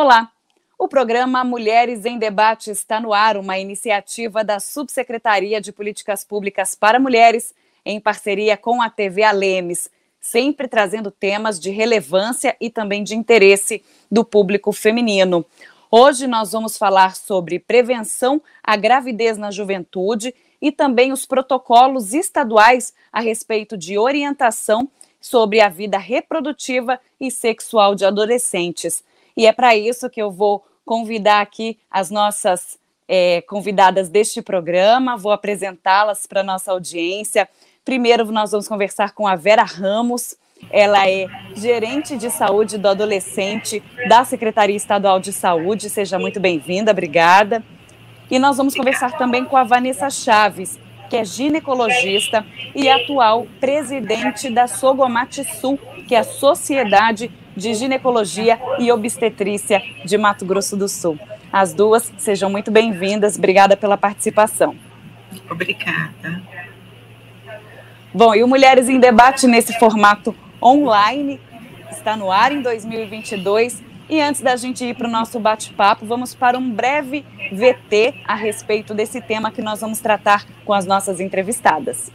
Olá! O programa Mulheres em Debate está no ar, uma iniciativa da Subsecretaria de Políticas Públicas para Mulheres, em parceria com a TV Alemes, sempre trazendo temas de relevância e também de interesse do público feminino. Hoje nós vamos falar sobre prevenção à gravidez na juventude e também os protocolos estaduais a respeito de orientação sobre a vida reprodutiva e sexual de adolescentes. E é para isso que eu vou convidar aqui as nossas convidadas deste programa, vou apresentá-las para a nossa audiência. Primeiro, nós vamos conversar com a Vera Ramos. Ela é gerente de saúde do adolescente da Secretaria Estadual de Saúde. Seja muito bem-vinda, obrigada. E nós vamos conversar também com a Vanessa Chaves, que é ginecologista e atual presidente da Sogomat-Sul, que é a Sociedade de Ginecologia e Obstetrícia de Mato Grosso do Sul. As duas, sejam muito bem-vindas. Obrigada pela participação. Obrigada. Bom, e o Mulheres em Debate nesse formato online está no ar em 2022. E antes da gente ir para o nosso bate-papo, vamos para um breve VT a respeito desse tema que nós vamos tratar com as nossas entrevistadas.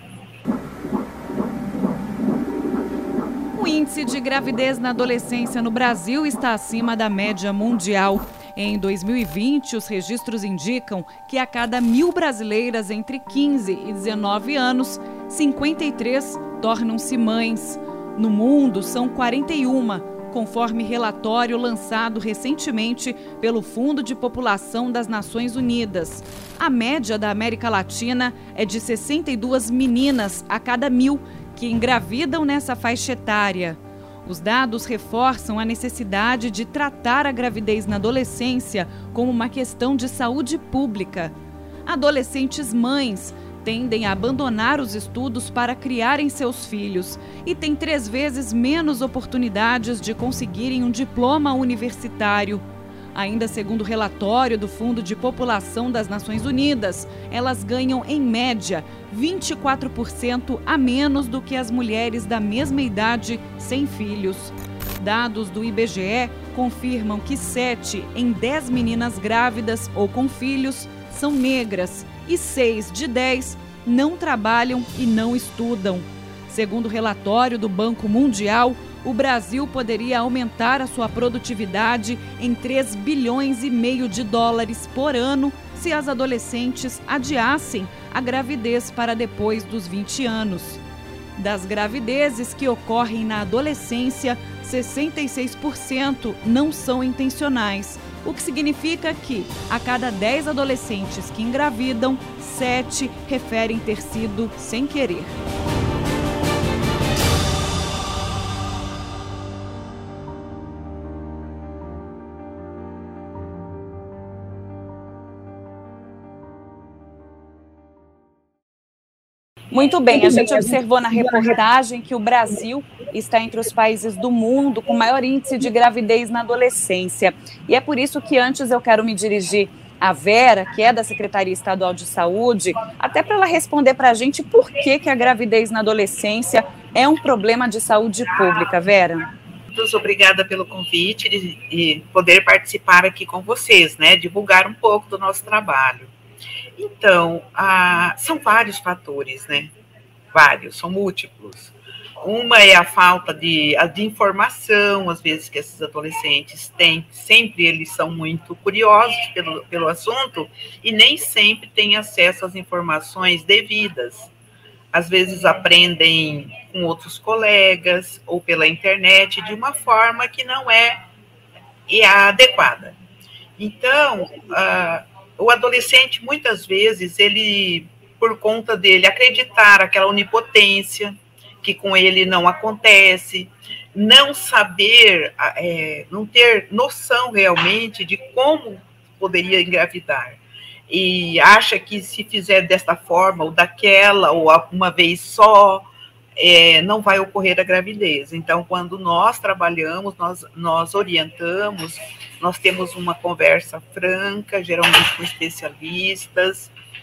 O índice de gravidez na adolescência no Brasil está acima da média mundial. Em 2020, os registros indicam que a cada 1.000 brasileiras entre 15 e 19 anos, 53 tornam-se mães. No mundo, são 41, conforme relatório lançado recentemente pelo Fundo de População das Nações Unidas. A média da América Latina é de 62 meninas a cada 1.000 que engravidam nessa faixa etária. Os dados reforçam a necessidade de tratar a gravidez na adolescência como uma questão de saúde pública. Adolescentes mães tendem a abandonar os estudos para criarem seus filhos e têm 3 vezes menos oportunidades de conseguirem um diploma universitário. Ainda segundo o relatório do Fundo de População das Nações Unidas, elas ganham, em média, 24% a menos do que as mulheres da mesma idade sem filhos. Dados do IBGE confirmam que 7 em 10 meninas grávidas ou com filhos são negras e 6 de 10 não trabalham e não estudam. Segundo o relatório do Banco Mundial, o Brasil poderia aumentar a sua produtividade em 3 bilhões e meio de dólares por ano se as adolescentes adiassem a gravidez para depois dos 20 anos. Das gravidezes que ocorrem na adolescência, 66% não são intencionais, o que significa que, a cada 10 adolescentes que engravidam, 7 referem ter sido sem querer. Muito bem, a gente observou na reportagem que o Brasil está entre os países do mundo com maior índice de gravidez na adolescência. E é por isso que antes eu quero me dirigir à Vera, que é da Secretaria Estadual de Saúde, até para ela responder para a gente por que a gravidez na adolescência é um problema de saúde pública. Vera. Muito obrigada pelo convite e poder participar aqui com vocês, né? Divulgar um pouco do nosso trabalho. Então, são vários fatores, né? Vários, são múltiplos. Uma é a falta de informação, às vezes, que esses adolescentes têm. Sempre eles são muito curiosos pelo assunto e nem sempre têm acesso às informações devidas. Às vezes aprendem com outros colegas ou pela internet de uma forma que não é adequada. Então, o adolescente, muitas vezes, ele, por conta dele acreditar aquela onipotência, que com ele não acontece, não saber, não ter noção realmente de como poderia engravidar. E acha que se fizer desta forma, ou daquela, ou uma vez só, não vai ocorrer a gravidez. Então, quando nós trabalhamos, nós orientamos, nós temos uma conversa franca, geralmente com especialistas,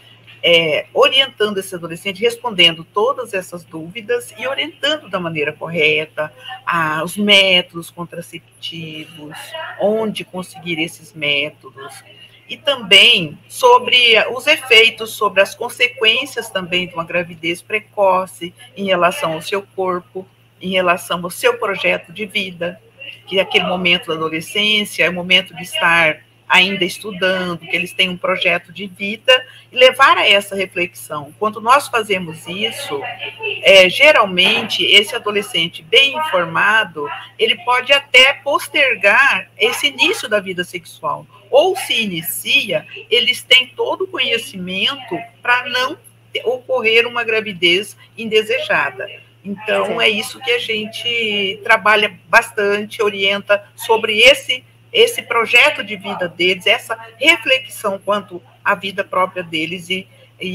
orientando esse adolescente, respondendo todas essas dúvidas e orientando da maneira correta os métodos contraceptivos, onde conseguir esses métodos, e também sobre os efeitos, sobre as consequências também de uma gravidez precoce em relação ao seu corpo, em relação ao seu projeto de vida, que aquele momento da adolescência é o momento de estar ainda estudando, que eles têm um projeto de vida, e levar a essa reflexão. Quando nós fazemos isso, geralmente, esse adolescente bem informado, ele pode até postergar esse início da vida sexual, ou se inicia, eles têm todo o conhecimento para não ocorrer uma gravidez indesejada. Então, é isso que a gente trabalha bastante, orienta sobre esse projeto de vida deles, essa reflexão quanto à vida própria deles e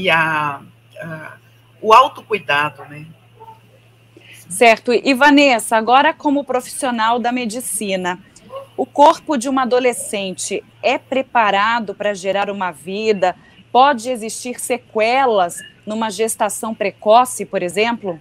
o autocuidado, né? Certo. E, Vanessa, agora como profissional da medicina, o corpo de uma adolescente é preparado para gerar uma vida? Pode existir sequelas numa gestação precoce, por exemplo?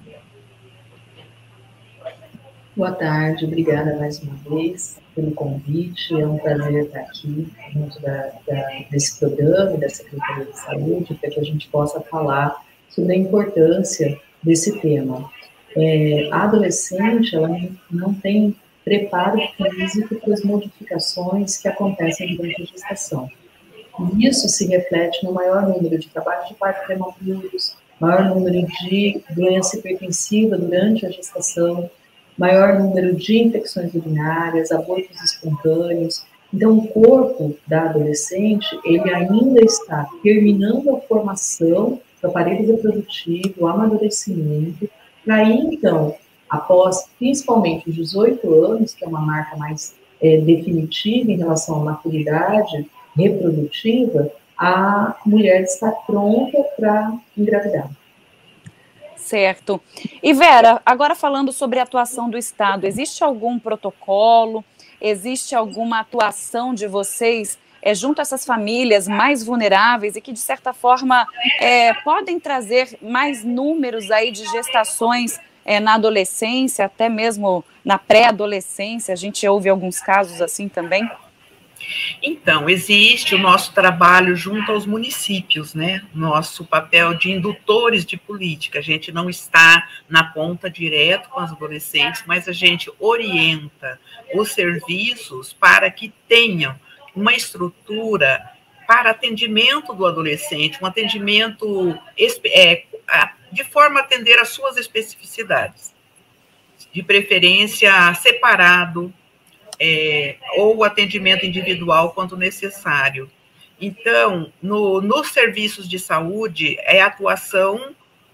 Boa tarde, obrigada mais uma vez pelo convite. É um prazer estar aqui junto desse programa, da Secretaria de Saúde, para que a gente possa falar sobre a importância desse tema. A adolescente, ela não tem preparo físico para as modificações que acontecem durante a gestação. E isso se reflete no maior número de trabalhos de parto prematuros, maior número de doença hipertensiva durante a gestação, maior número de infecções urinárias, abortos espontâneos. Então, o corpo da adolescente, ele ainda está terminando a formação do aparelho reprodutivo, o amadurecimento, para aí, então, após, principalmente, os 18 anos, que é uma marca mais definitiva em relação à maturidade reprodutiva, a mulher está pronta para engravidar. Certo. E Vera, agora falando sobre a atuação do Estado, existe algum protocolo, existe alguma atuação de vocês junto a essas famílias mais vulneráveis e que, de certa forma, podem trazer mais números aí de gestações na adolescência, até mesmo na pré-adolescência? A gente ouve alguns casos assim também. Então, existe o nosso trabalho junto aos municípios, né? Nosso papel de indutores de política. A gente não está na ponta direto com as adolescentes, mas a gente orienta os serviços para que tenham uma estrutura para atendimento do adolescente, um atendimento de forma a atender às suas especificidades, de preferência separado, ou atendimento individual quando necessário. Então, nos serviços de saúde, é a atuação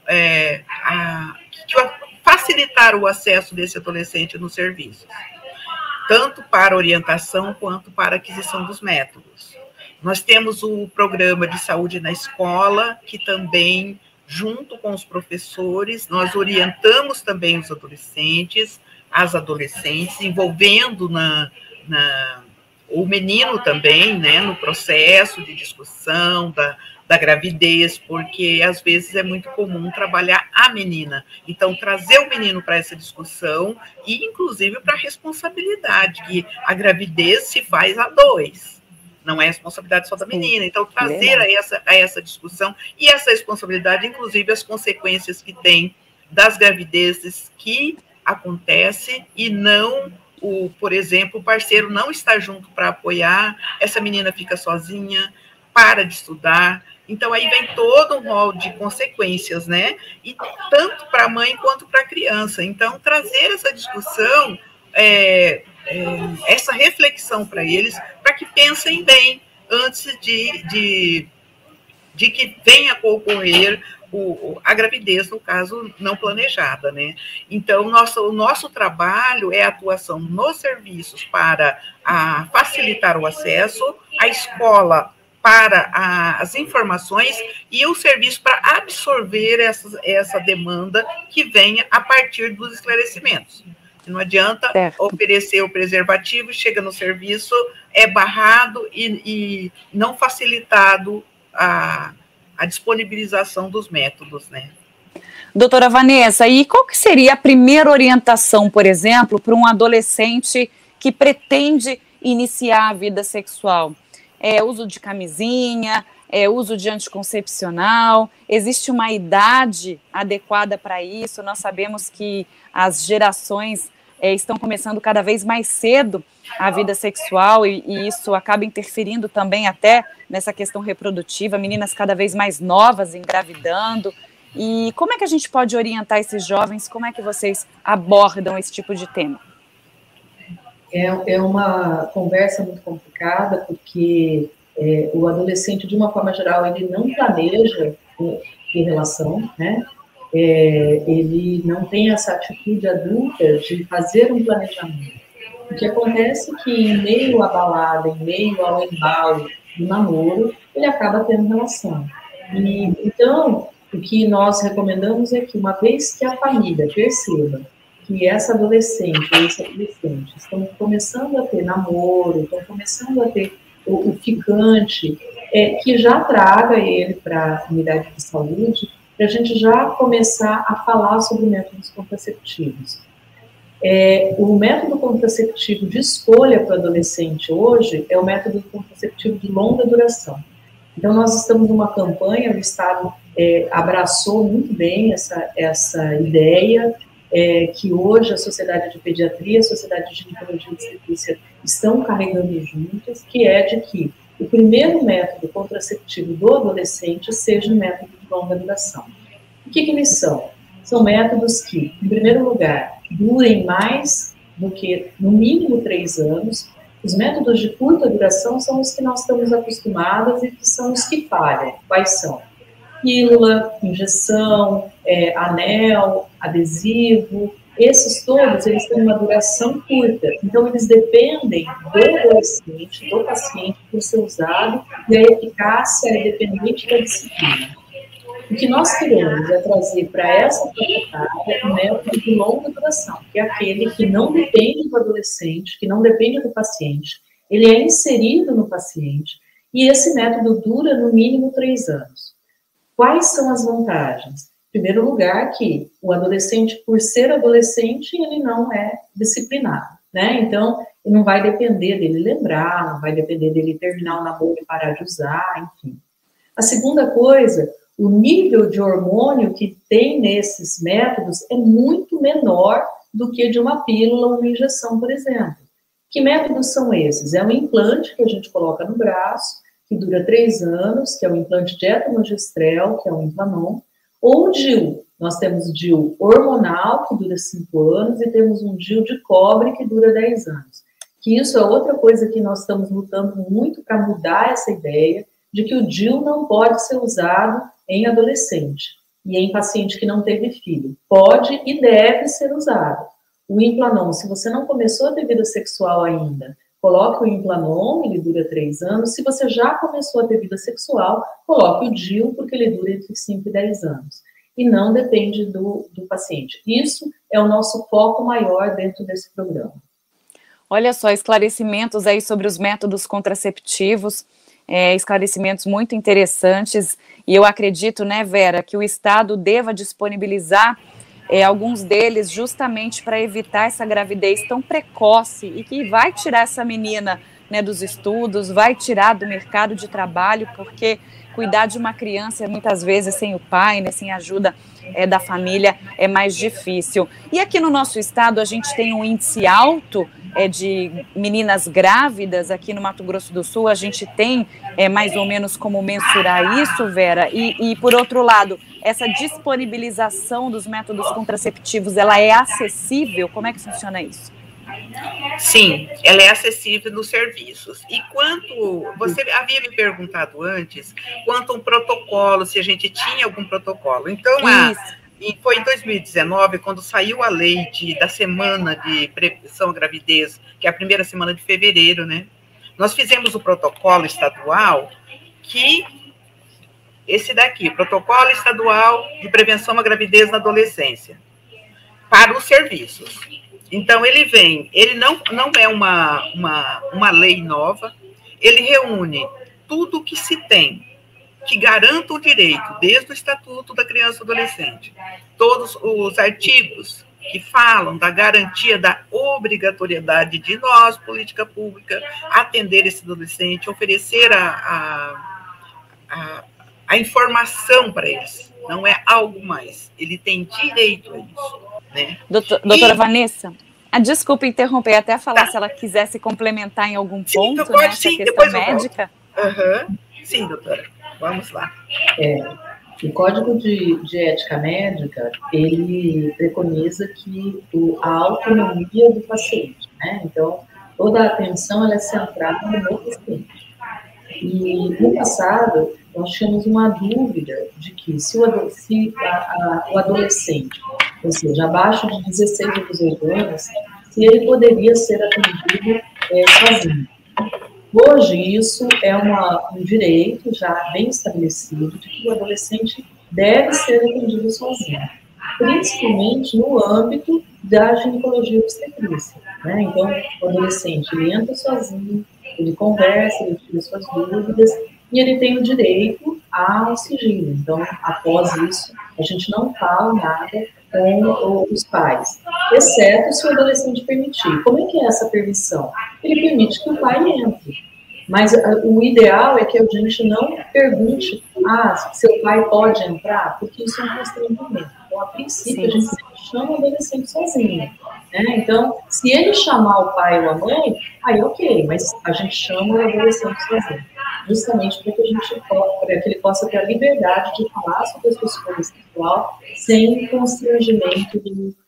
facilitar o acesso desse adolescente nos serviços, tanto para orientação quanto para aquisição dos métodos. Nós temos o programa de saúde na escola, que também, junto com os professores, nós orientamos também os adolescentes, as adolescentes, envolvendo o menino também, né, no processo de discussão da gravidez, porque às vezes é muito comum trabalhar a menina. Então, trazer o menino para essa discussão e, inclusive, para a responsabilidade, que a gravidez se faz a dois, não é responsabilidade só da menina. Então, trazer a essa discussão e essa responsabilidade, inclusive, as consequências que tem das gravidezes que acontece e não, por exemplo, o parceiro não está junto para apoiar, essa menina fica sozinha, para de estudar. Então, aí vem todo um rol de consequências, né? E tanto para a mãe quanto para a criança. Então, trazer essa discussão, essa reflexão para eles, para que pensem bem antes de que venha a ocorrer a gravidez, no caso, não planejada, né? Então, o nosso trabalho é a atuação nos serviços para facilitar o acesso, a escola para as informações e o serviço para absorver essa demanda que venha a partir dos esclarecimentos. Não adianta oferecer o preservativo, chega no serviço, é barrado e não facilitado a disponibilização dos métodos, né? Doutora Vanessa, e qual que seria a primeira orientação, por exemplo, para um adolescente que pretende iniciar a vida sexual? Uso de camisinha, uso de anticoncepcional? Existe uma idade adequada para isso? Nós sabemos que as gerações estão começando cada vez mais cedo a vida sexual e isso acaba interferindo também até nessa questão reprodutiva, meninas cada vez mais novas engravidando. E como é que a gente pode orientar esses jovens? Como é que vocês abordam esse tipo de tema? É uma conversa muito complicada, porque o adolescente, de uma forma geral, ele não planeja em relação, né? Ele não tem essa atitude adulta de fazer um planejamento. O que acontece é que, em meio à balada, em meio ao embalo do namoro, ele acaba tendo relação. Então, o que nós recomendamos é que, uma vez que a família perceba que essa adolescente ou esse adolescente estão começando a ter namoro, estão começando a ter o ficante, que já traga ele para a unidade de saúde, para a gente já começar a falar sobre métodos contraceptivos. O método contraceptivo de escolha para o adolescente hoje é o método contraceptivo de longa duração. Então, nós estamos numa campanha, o Estado abraçou muito bem essa ideia, que hoje a Sociedade de Pediatria, a Sociedade de Ginecologia e Obstetrícia estão carregando juntas, que é de que o primeiro método contraceptivo do adolescente seja um método de longa duração. O que eles são? São métodos que, em primeiro lugar, durem mais do que, no mínimo, 3 anos. Os métodos de curta duração são os que nós estamos acostumados e que são os que falham. Quais são? Pílula, injeção, anel, adesivo, esses todos, eles têm uma duração curta. Então, eles dependem do adolescente, do paciente, por ser usado, e a eficácia é dependente da disciplina. O que nós queremos é trazer para essa faixa um método de longa duração, que é aquele que não depende do adolescente, que não depende do paciente, ele é inserido no paciente, e esse método dura no mínimo 3 anos. Quais são as vantagens? Em primeiro lugar, que o adolescente, por ser adolescente, ele não é disciplinado, né? Então, não vai depender dele lembrar, não vai depender dele terminar o namoro e parar de usar, enfim. A segunda coisa, o nível de hormônio que tem nesses métodos é muito menor do que de uma pílula ou uma injeção, por exemplo. Que métodos são esses? É um implante que a gente coloca no braço, que dura 3 anos, que é o implante de etonogestrel, que é o Implanon, ou o DIU. Nós temos o DIU hormonal, que dura 5 anos, e temos um DIU de cobre, que dura 10 anos. Que isso é outra coisa que nós estamos lutando muito para mudar essa ideia de que o DIU não pode ser usado em adolescente e em paciente que não teve filho. Pode e deve ser usado. O Implanon, se você não começou a ter vida sexual ainda, coloque o Implanon, ele dura 3 anos. Se você já começou a ter vida sexual, coloque o DIU, porque ele dura entre 5 e 10 anos. E não depende do paciente. Isso é o nosso foco maior dentro desse programa. Olha só, esclarecimentos aí sobre os métodos contraceptivos, esclarecimentos muito interessantes. E eu acredito, né, Vera, que o Estado deva disponibilizar alguns deles justamente para evitar essa gravidez tão precoce e que vai tirar essa menina, né, dos estudos, vai tirar do mercado de trabalho, porque cuidar de uma criança muitas vezes sem o pai, né, sem a ajuda da família é mais difícil. E aqui no nosso estado a gente tem um índice alto de meninas grávidas. Aqui no Mato Grosso do Sul a gente tem mais ou menos como mensurar isso, Vera? E por outro lado, essa disponibilização dos métodos contraceptivos, ela é acessível? Como é que funciona isso? Sim, ela é acessível nos serviços. E quanto, você havia me perguntado antes, quanto a um protocolo, se a gente tinha algum protocolo. Então, foi em 2019, quando saiu a lei da semana de prevenção à gravidez, que é a primeira semana de fevereiro, né? Nós fizemos o protocolo estadual, que esse daqui, Protocolo Estadual de Prevenção à Gravidez na Adolescência, para os serviços. Então, ele não é uma lei nova, ele reúne tudo que se tem que garanta o direito, desde o Estatuto da Criança e do Adolescente, todos os artigos que falam da garantia da obrigatoriedade de nós, política pública, atender esse adolescente, oferecer a informação para eles. Não é algo mais. Ele tem direito a isso. Né? Doutora Vanessa, desculpa interromper, até falar se ela quisesse complementar em algum ponto, pode, né, essa questão médica. Sim, doutora. Vamos lá. O Código de Ética Médica, ele preconiza que a autonomia do paciente, né? Então, toda a atenção ela é centrada no paciente. E, no passado, nós tínhamos uma dúvida de que se o adolescente, ou seja, abaixo de 16 ou 18 anos, se ele poderia ser atendido sozinho. Hoje, isso é um direito já bem estabelecido de que o adolescente deve ser atendido sozinho, principalmente no âmbito da ginecologia obstetrícia, né? Então, o adolescente, ele entra sozinho, ele conversa, ele tira suas dúvidas, e ele tem o direito ao sigilo. Então, após isso, a gente não fala nada com os pais, exceto se o adolescente permitir. Como é que é essa permissão? Ele permite que o pai entre. Mas o ideal é que a gente não pergunte, seu pai pode entrar, porque isso é um constrangimento. Então, a princípio, a gente sempre chama o adolescente sozinho. Né? Então, se ele chamar o pai ou a mãe, aí ok, mas a gente chama o adolescente sozinho. Justamente para que ele possa ter a liberdade de falar sobre a sua escolha sexual sem constrangimento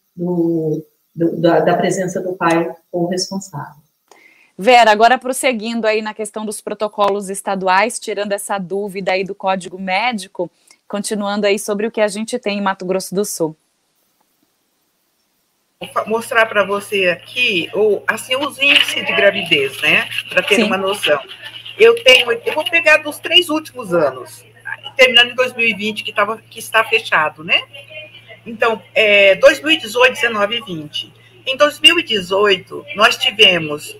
da presença do pai ou responsável. Vera, agora prosseguindo aí na questão dos protocolos estaduais, tirando essa dúvida aí do Código Médico, continuando aí sobre o que a gente tem em Mato Grosso do Sul. Vou mostrar para você aqui os índices de gravidez, né? Para ter uma noção. Eu vou pegar dos 3 últimos anos, terminando em 2020, que está fechado, né? Então, 2018, 19 e 20. Em 2018, nós tivemos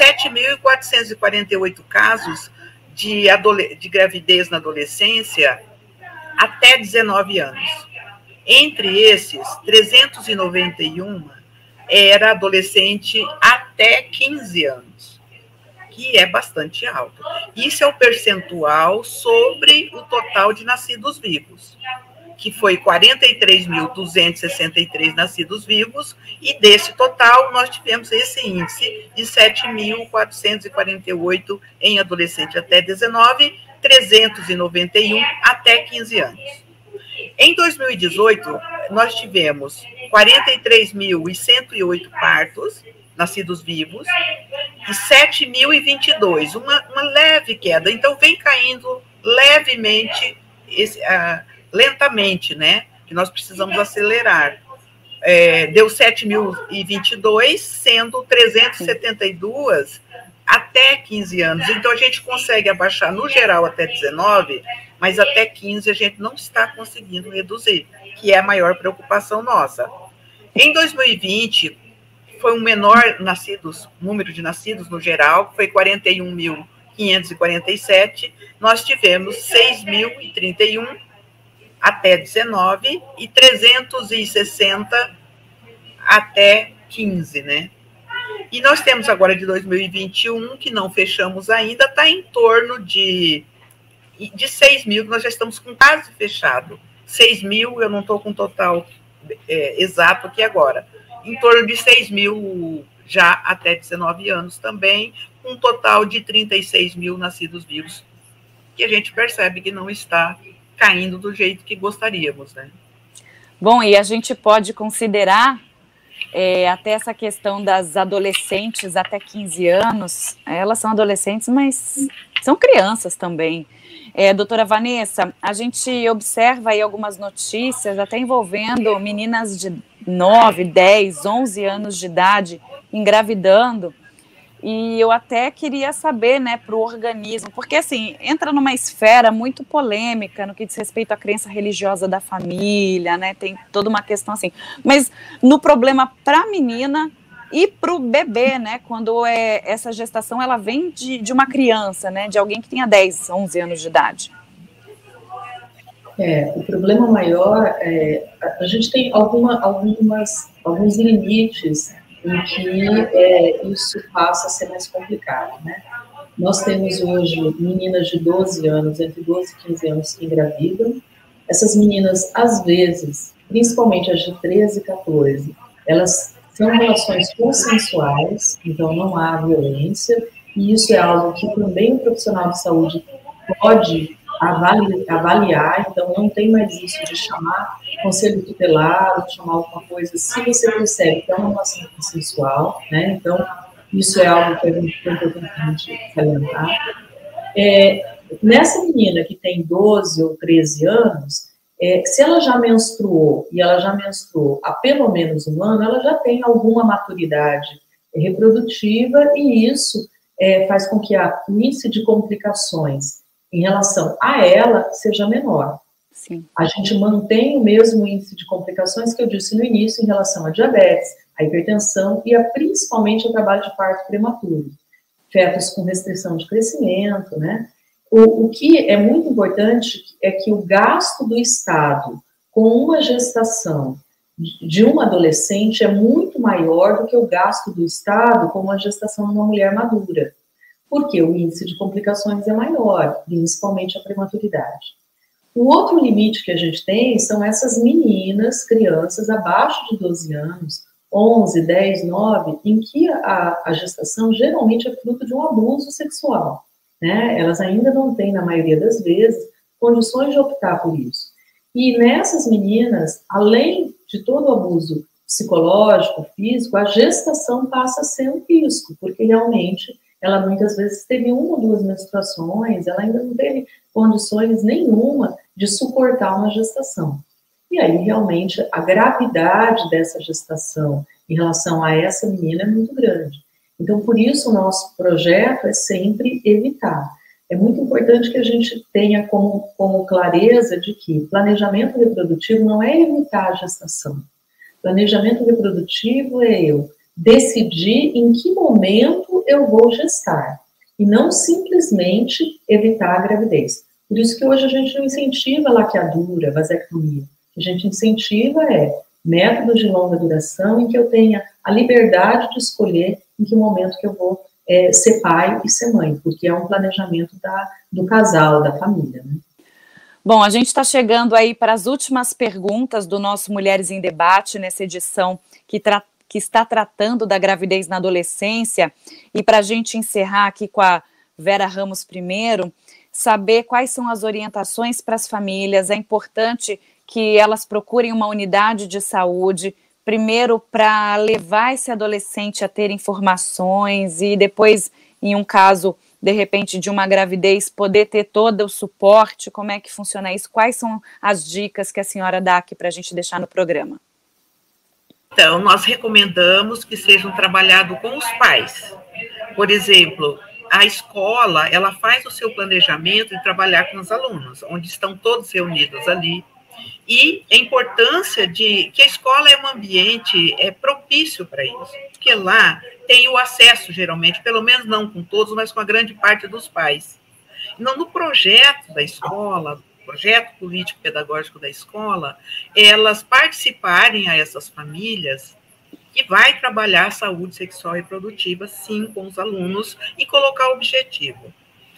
7.448 casos de gravidez na adolescência até 19 anos. Entre esses, 391 era adolescente até 15 anos, que é bastante alto. Isso é o percentual sobre o total de nascidos vivos, que foi 43.263 nascidos vivos, e desse total nós tivemos esse índice de 7.448 em adolescente até 19, 391 até 15 anos. Em 2018, nós tivemos 43.108 partos nascidos vivos e 7.022, uma leve queda. Então, vem caindo levemente, lentamente, né? Que nós precisamos acelerar. Deu 7.022, sendo 372 até 15 anos. Então, a gente consegue abaixar, no geral, até 19, mas até 15 a gente não está conseguindo reduzir, que é a maior preocupação nossa. Em 2020, foi um menor número de nascidos no geral, foi 41.547, nós tivemos 6.031 até 19 e 360 até 15, né? E nós temos agora de 2021, que não fechamos ainda, está em torno de 6 mil, que nós já estamos com quase fechado. 6 mil, eu não estou com o total exato aqui agora. Em torno de 6 mil já até 19 anos também, um total de 36 mil nascidos vivos, que a gente percebe que não está caindo do jeito que gostaríamos, né? Bom, e a gente pode considerar até essa questão das adolescentes até 15 anos, elas são adolescentes, mas são crianças também. Doutora Vanessa, a gente observa aí algumas notícias, até envolvendo meninas de 9, 10, 11 anos de idade engravidando, e eu até queria saber, né, para o organismo, porque assim, entra numa esfera muito polêmica no que diz respeito à crença religiosa da família, né, tem toda uma questão assim, mas no problema para a menina e para o bebê, né, quando essa gestação ela vem de uma criança, né, de alguém que tenha 10, 11 anos de idade. O problema maior é a gente tem alguns limites em que isso passa a ser mais complicado, né? Nós temos hoje meninas de 12 anos, entre 12 e 15 anos, que engravidam. Essas meninas, às vezes, principalmente as de 13 e 14, elas são relações consensuais, então não há violência, e isso é algo que também o profissional de saúde pode avaliar, então não tem mais isso de chamar conselho tutelar, de chamar alguma coisa, se você percebe que é uma relação consensual, né, então isso é algo que a gente tem importante salientar. Nessa menina que tem 12 ou 13 anos, se ela já menstruou, e ela já menstruou há pelo menos um ano, ela já tem alguma maturidade reprodutiva, e isso faz com que o índice de complicações em relação a ela seja menor. Sim. A gente mantém o mesmo índice de complicações que eu disse no início em relação à diabetes, à hipertensão e principalmente ao trabalho de parto prematuro. Fetos com restrição de crescimento, né? O que é muito importante é que o gasto do Estado com uma gestação de uma adolescente é muito maior do que o gasto do Estado com uma gestação de uma mulher madura, porque o índice de complicações é maior, principalmente a prematuridade. O outro limite que a gente tem são essas meninas, crianças abaixo de 12 anos, 11, 10, 9, em que a gestação geralmente é fruto de um abuso sexual, né? Elas ainda não têm, na maioria das vezes, condições de optar por isso. E nessas meninas, além de todo o abuso psicológico, físico, a gestação passa a ser um risco, porque realmente ela muitas vezes teve uma ou duas menstruações, ela ainda não teve condições nenhuma de suportar uma gestação. E aí, realmente, a gravidade dessa gestação em relação a essa menina é muito grande. Então, por isso, o nosso projeto é sempre evitar. É muito importante que a gente tenha como clareza de que planejamento reprodutivo não é evitar a gestação. Planejamento reprodutivo é eu decidir em que momento eu vou gestar, e não simplesmente evitar a gravidez. Por isso que hoje a gente não incentiva laqueadura, vasectomia. O que a gente incentiva métodos de longa duração em que eu tenha a liberdade de escolher em que momento que eu vou ser pai e ser mãe, porque é um planejamento do casal, da família, né? Bom, a gente está chegando aí para as últimas perguntas do nosso Mulheres em Debate, nessa edição que está tratando da gravidez na adolescência. E para a gente encerrar aqui com a Vera Ramos primeiro, saber quais são as orientações para as famílias. É importante que elas procurem uma unidade de saúde, primeiro para levar esse adolescente a ter informações e depois, em um caso, de repente, de uma gravidez, poder ter todo o suporte. Como é que funciona isso? Quais são as dicas que a senhora dá aqui para a gente deixar no programa? Então, nós recomendamos que sejam trabalhados com os pais. Por exemplo, a escola, ela faz o seu planejamento de trabalhar com os alunos, onde estão todos reunidos ali. E a importância de que a escola é um ambiente propício para isso, porque lá tem o acesso, geralmente, pelo menos não com todos, mas com a grande parte dos pais. Então, no projeto da escola, projeto político-pedagógico da escola, elas participarem a essas famílias que vai trabalhar a saúde sexual e reprodutiva, sim, com os alunos e colocar o objetivo.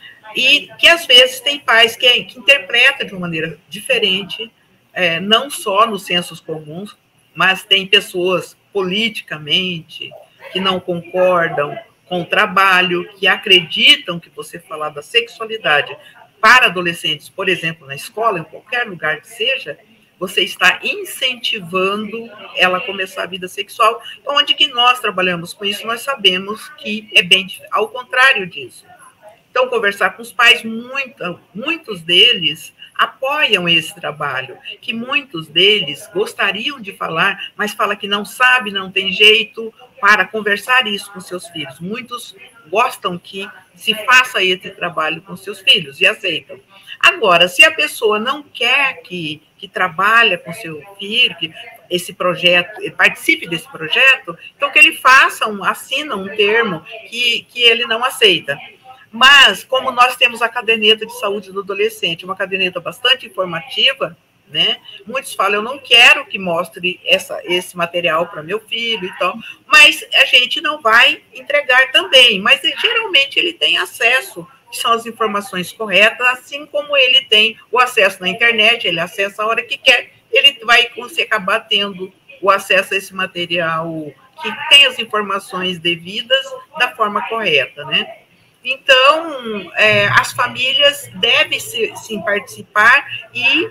E que, às vezes, tem pais que interpretam de uma maneira diferente, não só nos sensos comuns, mas tem pessoas politicamente que não concordam com o trabalho, que acreditam que você falar da sexualidade para adolescentes, por exemplo, na escola, em qualquer lugar que seja, você está incentivando ela a começar a vida sexual. Onde que nós trabalhamos com isso, nós sabemos que é bem ao contrário disso. Então, conversar com os pais, muitos deles apoiam esse trabalho, que muitos deles gostariam de falar, mas fala que não sabe, não tem jeito para conversar isso com seus filhos. Muitos gostam que se faça esse trabalho com seus filhos e aceitam. Agora, se a pessoa não quer que trabalhe com seu filho, que esse projeto, participe desse projeto, então que ele faça, assina um termo que ele não aceita. Mas, como nós temos a caderneta de saúde do adolescente, uma caderneta bastante informativa, né? Muitos falam, eu não quero que mostre esse material para meu filho e tal, mas a gente não vai entregar também, mas geralmente ele tem acesso, que são as informações corretas, assim como ele tem o acesso na internet, ele acessa a hora que quer, ele vai acabar tendo o acesso a esse material que tem as informações devidas da forma correta, né? Então, as famílias devem sim participar e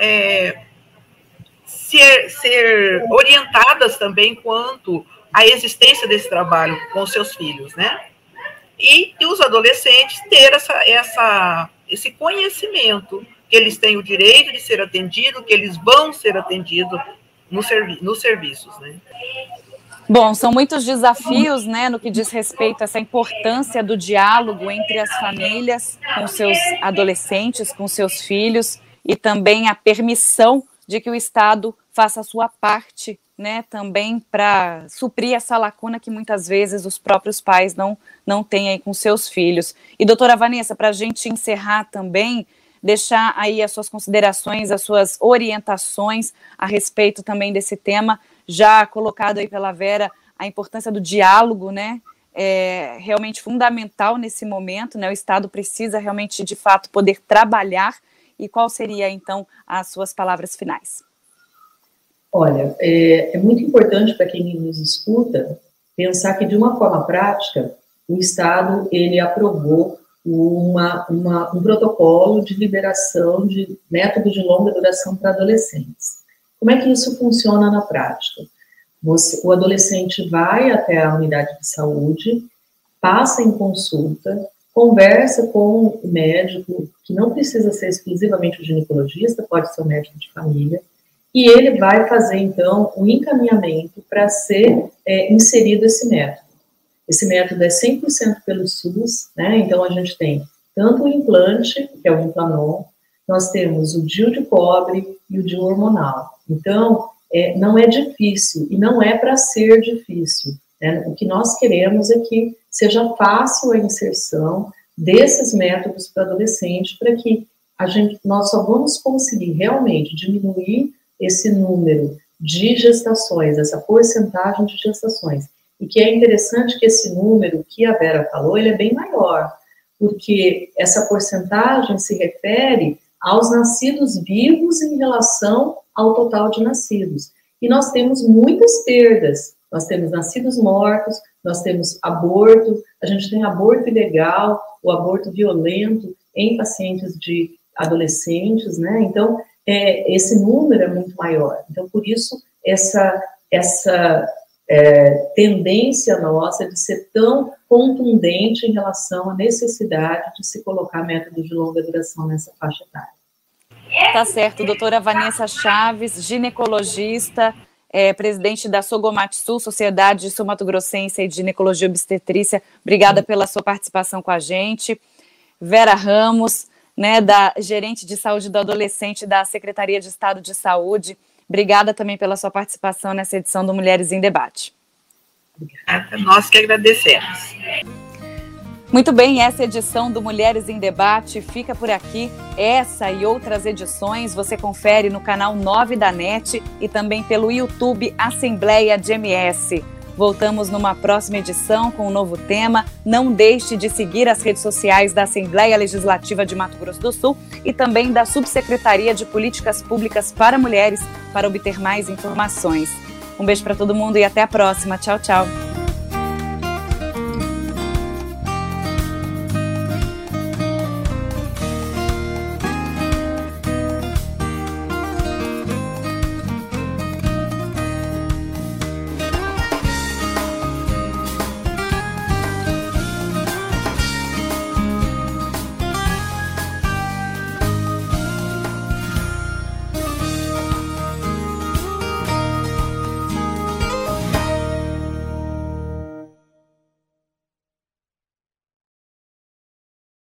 ser orientadas também quanto à existência desse trabalho com seus filhos, né? E os adolescentes ter esse conhecimento que eles têm o direito de ser atendidos, que eles vão ser atendidos nos serviços, né? Bom, são muitos desafios, né, no que diz respeito a essa importância do diálogo entre as famílias com seus adolescentes, com seus filhos, e também a permissão de que o Estado faça a sua parte, né, também para suprir essa lacuna que muitas vezes os próprios pais não têm aí com seus filhos. E, doutora Vanessa, para a gente encerrar também, deixar aí as suas considerações, as suas orientações a respeito também desse tema, já colocado aí pela Vera, a importância do diálogo, né, é realmente fundamental nesse momento, né, o Estado precisa realmente, de fato, poder trabalhar. E qual seria, então, as suas palavras finais? Olha, é muito importante para quem nos escuta pensar que, de uma forma prática, o Estado, ele aprovou um protocolo de liberação de métodos de longa duração para adolescentes. Como é que isso funciona na prática? O adolescente vai até a unidade de saúde, passa em consulta, conversa com o médico, que não precisa ser exclusivamente o ginecologista, pode ser o médico de família, e ele vai fazer, então, um encaminhamento para ser inserido esse método. Esse método é 100% pelo SUS, né? Então a gente tem tanto o implante, que é o Implanon, nós temos o DIU de cobre e o DIU hormonal. Então, não é difícil, e não é para ser difícil, né? O que nós queremos é que seja fácil a inserção desses métodos para adolescente, para que nós só vamos conseguir realmente diminuir esse número de gestações, essa porcentagem de gestações. E que é interessante que esse número que a Vera falou, ele é bem maior, porque essa porcentagem se refere aos nascidos vivos em relação ao total de nascidos. E nós temos muitas perdas, nós temos nascidos mortos, nós temos aborto, a gente tem aborto ilegal, o aborto violento em pacientes de adolescentes, né? Então, esse número é muito maior. Então, por isso, essa tendência nossa de ser tão contundente em relação à necessidade de se colocar métodos de longa duração nessa faixa etária. Tá certo, doutora Vanessa Chaves, ginecologista, presidente da Sogomatsu, Sociedade Sul-Mato-Grossense de Ginecologia e Obstetrícia. Obrigada pela sua participação com a gente. Vera Ramos, né, da gerente de saúde do adolescente da Secretaria de Estado de Saúde. Obrigada também pela sua participação nessa edição do Mulheres em Debate. Obrigada, nós que agradecemos. Muito bem, essa edição do Mulheres em Debate fica por aqui. Essa e outras edições você confere no canal 9 da NET e também pelo YouTube Assembleia de MS. Voltamos numa próxima edição com um novo tema. Não deixe de seguir as redes sociais da Assembleia Legislativa de Mato Grosso do Sul e também da Subsecretaria de Políticas Públicas para Mulheres para obter mais informações. Um beijo para todo mundo e até a próxima. Tchau, tchau.